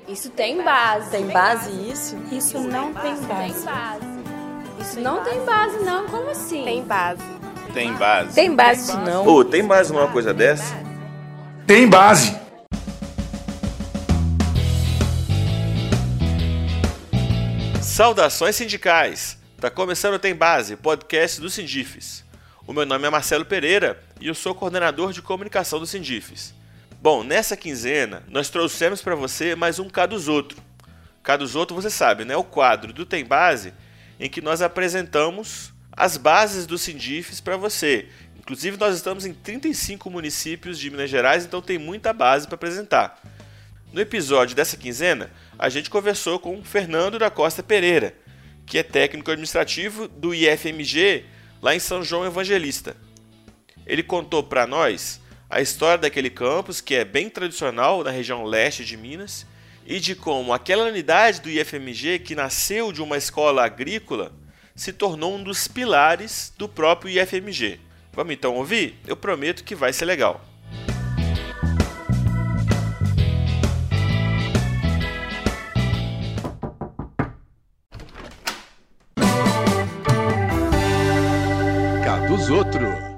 Isso tem base. Tem base isso? Isso não tem base. Isso não tem base, não. Como assim? Tem base. Tem base. Tem base isso não. Ô, tem base numa coisa dessa? Tem base. Saudações sindicais! Tá começando o Tem Base, podcast do Sindifes. O meu nome é Marcelo Pereira e eu sou coordenador de comunicação do Sindifes. Bom, nessa quinzena nós trouxemos para você mais um Cá dos Outro. Cá dos Outro, você sabe, né? O quadro do Tem Base em que nós apresentamos as bases do Sindifes para você. Inclusive nós estamos em 35 municípios de Minas Gerais, então tem muita base para apresentar. No episódio dessa quinzena, a gente conversou com o Fernando da Costa Pereira, que é técnico administrativo do IFMG lá em São João Evangelista. Ele contou para nós a história daquele campus, que é bem tradicional na região leste de Minas, e de como aquela unidade do IFMG, que nasceu de uma escola agrícola, se tornou um dos pilares do próprio IFMG. Vamos então ouvir? Eu prometo que vai ser legal. Cá dos Outros.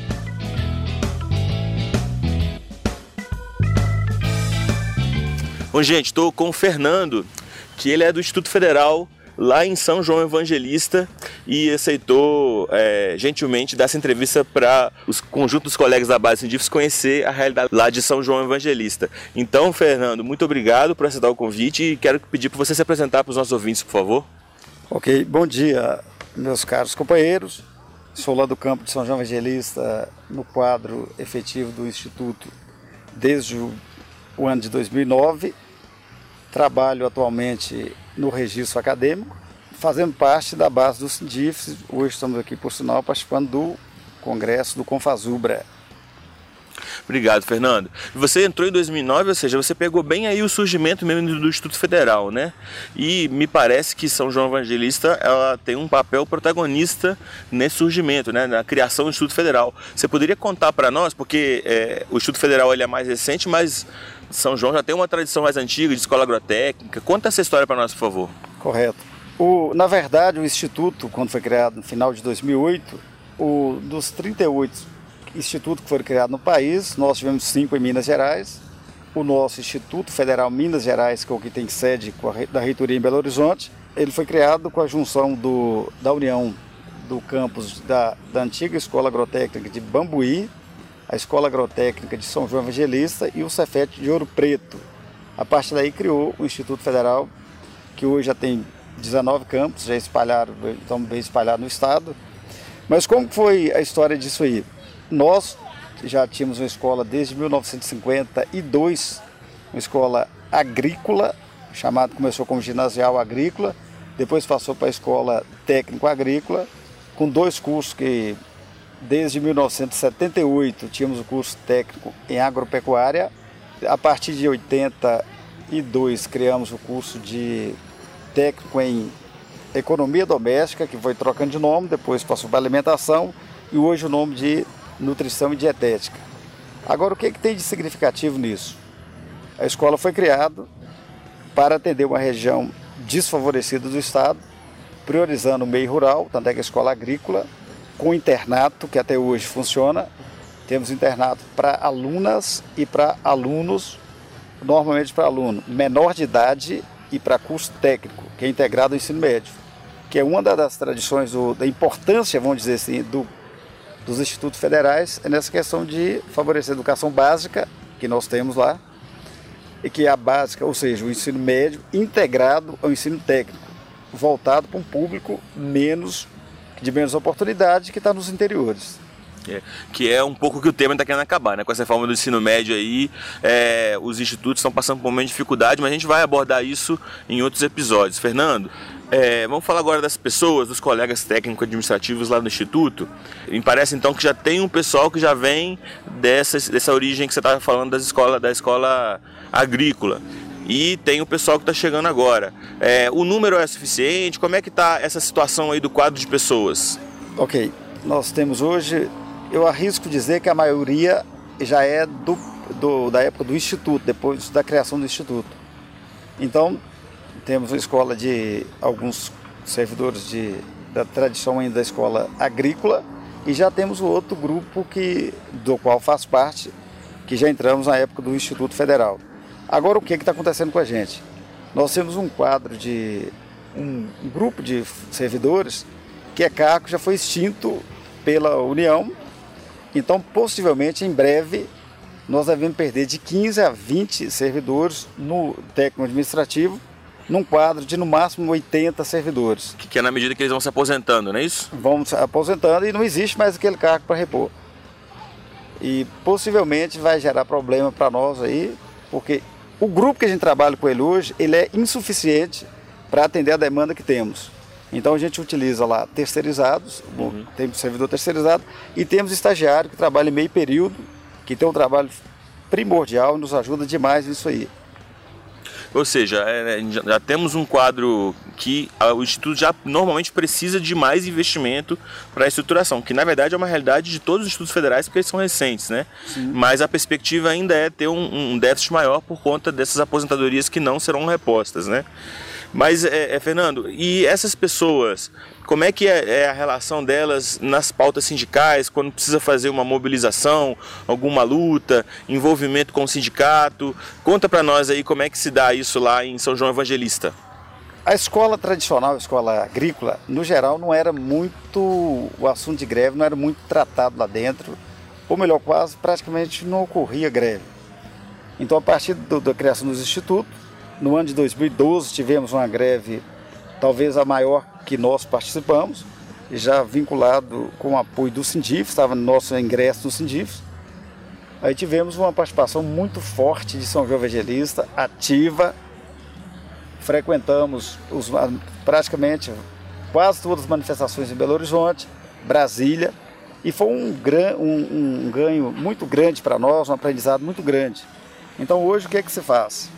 Bom, gente, estou com o Fernando, que ele é do Instituto Federal lá em São João Evangelista e aceitou gentilmente dar essa entrevista para os conjuntos dos colegas da base Sindifes conhecer a realidade lá de São João Evangelista. Então, Fernando, muito obrigado por aceitar o convite e quero pedir para você se apresentar para os nossos ouvintes, por favor. Ok, bom dia, meus caros companheiros. Sou lá do campo de São João Evangelista, no quadro efetivo do Instituto desde o ano de 2009. Trabalho atualmente no registro acadêmico, fazendo parte da base do Sindifes. Hoje estamos aqui, por sinal, participando do congresso do Confazubra. Obrigado, Fernando. Você entrou em 2009, ou seja, você pegou bem aí o surgimento mesmo do Instituto Federal, né? E me parece que São João Evangelista ela tem um papel protagonista nesse surgimento, né? Na criação do Instituto Federal. Você poderia contar para nós, porque o Instituto Federal ele é mais recente, mas São João já tem uma tradição mais antiga de escola agrotécnica. Conta essa história para nós, por favor. Correto. Na verdade, o Instituto, quando foi criado no final de 2008, dos 38 institutos que foram criados no país, nós tivemos 5 em Minas Gerais. O nosso Instituto Federal Minas Gerais, que é o que tem sede da reitoria em Belo Horizonte, ele foi criado com a junção da união do campus da antiga Escola Agrotécnica de Bambuí, a Escola Agrotécnica de São João Evangelista e o Cefet de Ouro Preto. A partir daí criou o Instituto Federal, que hoje já tem 19 campos, já estão bem espalhados no estado. Mas como foi a história disso aí? Nós já tínhamos uma escola desde 1952, uma escola agrícola, começou como ginasial agrícola, depois passou para a escola técnico agrícola, com 2 cursos que desde 1978 tínhamos o curso técnico em agropecuária. A partir de 82 criamos o curso de técnico em economia doméstica, que foi trocando de nome, depois passou para alimentação e hoje o nome de nutrição e dietética. Agora, o que tem de significativo nisso? A escola foi criada para atender uma região desfavorecida do estado, priorizando o meio rural, tanto é que a escola agrícola, com internato, que até hoje funciona. Temos internato para alunas e para alunos, normalmente para aluno menor de idade e para curso técnico, que é integrado ao ensino médio, que é uma das tradições da importância, vamos dizer assim, dos institutos federais, é nessa questão de favorecer a educação básica, que nós temos lá, e que é a básica, ou seja, o ensino médio integrado ao ensino técnico, voltado para um público de menos oportunidade, que está nos interiores. Que é um pouco que o tema está querendo acabar, né? Com essa forma do ensino médio aí, os institutos estão passando por um momento de dificuldade, mas a gente vai abordar isso em outros episódios. Fernando, vamos falar agora das pessoas, dos colegas técnico-administrativos lá no Instituto. Me parece então que já tem um pessoal que já vem dessa origem que você estava falando da escola agrícola. E tem o pessoal que está chegando agora. O número é suficiente? Como é que está essa situação aí do quadro de pessoas? Ok, nós temos hoje, eu arrisco dizer que a maioria já é da época do Instituto, depois da criação do Instituto. Então, temos uma escola de alguns servidores da tradição ainda da escola agrícola e já temos o outro grupo do qual faz parte, que já entramos na época do Instituto Federal. Agora, o que está acontecendo com a gente? Nós temos um quadro um grupo de servidores que é cargo que já foi extinto pela União. Então, possivelmente, em breve, nós devemos perder de 15 a 20 servidores no técnico administrativo, num quadro de no máximo 80 servidores. Que é na medida que eles vão se aposentando, não é isso? Vão se aposentando e não existe mais aquele cargo para repor. E possivelmente vai gerar problema para nós aí, porque o grupo que a gente trabalha com ele hoje, ele é insuficiente para atender a demanda que temos. Então a gente utiliza lá terceirizados, temos servidor terceirizado e temos estagiário que trabalha em meio período, que tem um trabalho primordial e nos ajuda demais nisso aí. Ou seja, já temos um quadro que o Instituto já normalmente precisa de mais investimento para a estruturação, que na verdade é uma realidade de todos os institutos federais porque eles são recentes, né? Sim. Mas a perspectiva ainda é ter um déficit maior por conta dessas aposentadorias que não serão repostas, né? Mas, Fernando, e essas pessoas, como é que é a relação delas nas pautas sindicais, quando precisa fazer uma mobilização, alguma luta, envolvimento com o sindicato? Conta para nós aí como é que se dá isso lá em São João Evangelista. A escola tradicional, a escola agrícola, no geral não era muito, o assunto de greve não era muito tratado lá dentro, ou melhor, quase praticamente não ocorria greve. Então, a partir da criação dos institutos, no ano de 2012 tivemos uma greve, talvez a maior que nós participamos, já vinculado com o apoio do Sindifes, estava no nosso ingresso no Sindifes. Aí tivemos uma participação muito forte de São João Evangelista, ativa, frequentamos praticamente quase todas as manifestações em Belo Horizonte, Brasília, e foi um ganho muito grande para nós, um aprendizado muito grande. Então hoje o que é que se faz?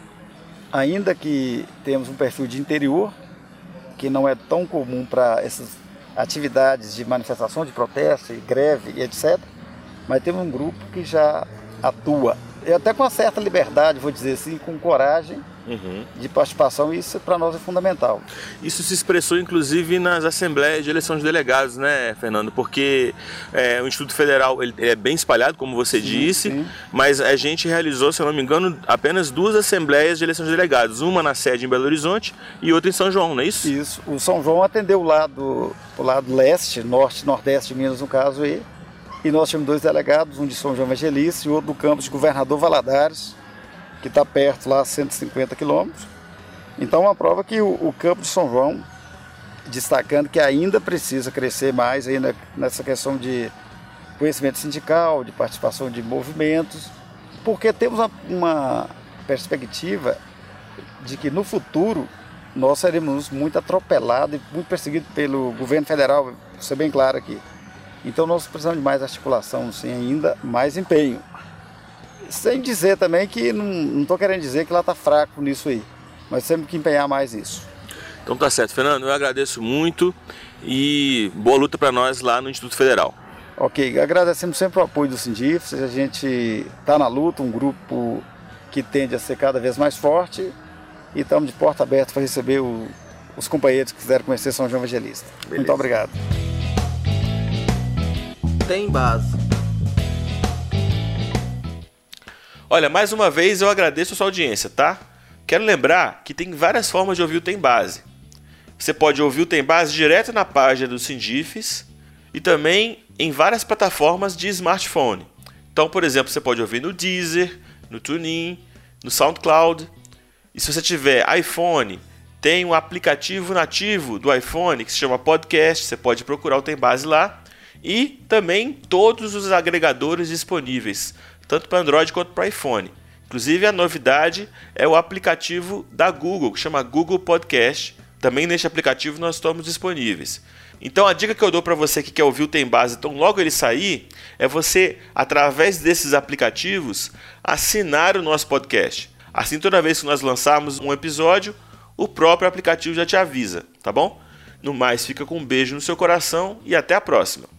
Ainda que temos um perfil de interior, que não é tão comum para essas atividades de manifestação, de protesto, greve e etc., mas temos um grupo que já atua, e até com uma certa liberdade, vou dizer assim, com coragem de participação, e isso para nós é fundamental. Isso se expressou inclusive nas assembleias de eleição de delegados, né, Fernando? Porque o Instituto Federal ele é bem espalhado, como você disse, mas a gente realizou, se eu não me engano, apenas 2 assembleias de eleição de delegados, uma na sede em Belo Horizonte e outra em São João, não é isso? Isso, o São João atendeu o lado leste, norte, nordeste de Minas no caso aí, e nós tínhamos 2 delegados, um de São João Evangelista e outro do campus de Governador Valadares, que está perto lá, 150 quilômetros. Então, uma prova que o campo de São João, destacando que ainda precisa crescer mais aí nessa questão de conhecimento sindical, de participação de movimentos, porque temos uma perspectiva de que no futuro nós seremos muito atropelados e muito perseguidos pelo governo federal, vou ser bem claro aqui. Então nós precisamos de mais articulação, sim, ainda mais empenho. Sem dizer também que não estou querendo dizer que lá está fraco nisso aí, mas temos que empenhar mais isso. Então tá certo, Fernando, eu agradeço muito e boa luta para nós lá no Instituto Federal. Ok, agradecemos sempre o apoio do Sindifes, a gente está na luta, um grupo que tende a ser cada vez mais forte e estamos de porta aberta para receber os companheiros que quiserem conhecer São João Evangelista. Beleza. Muito obrigado. Tem base. Olha, mais uma vez eu agradeço a sua audiência, tá? Quero lembrar que tem várias formas de ouvir o Tem Base. Você pode ouvir o Tem Base direto na página do Sindifes e também em várias plataformas de smartphone. Então, por exemplo, você pode ouvir no Deezer, no TuneIn, no SoundCloud. E se você tiver iPhone, tem um aplicativo nativo do iPhone que se chama Podcast, você pode procurar o Tem Base lá. E também todos os agregadores disponíveis, tanto para Android quanto para iPhone. Inclusive a novidade é o aplicativo da Google, que chama Google Podcast. Também neste aplicativo nós estamos disponíveis. Então a dica que eu dou para você que quer ouvir o Tem Base, então logo ele sair, é você, através desses aplicativos, assinar o nosso podcast. Assim, toda vez que nós lançarmos um episódio, o próprio aplicativo já te avisa, tá bom? No mais, fica com um beijo no seu coração e até a próxima.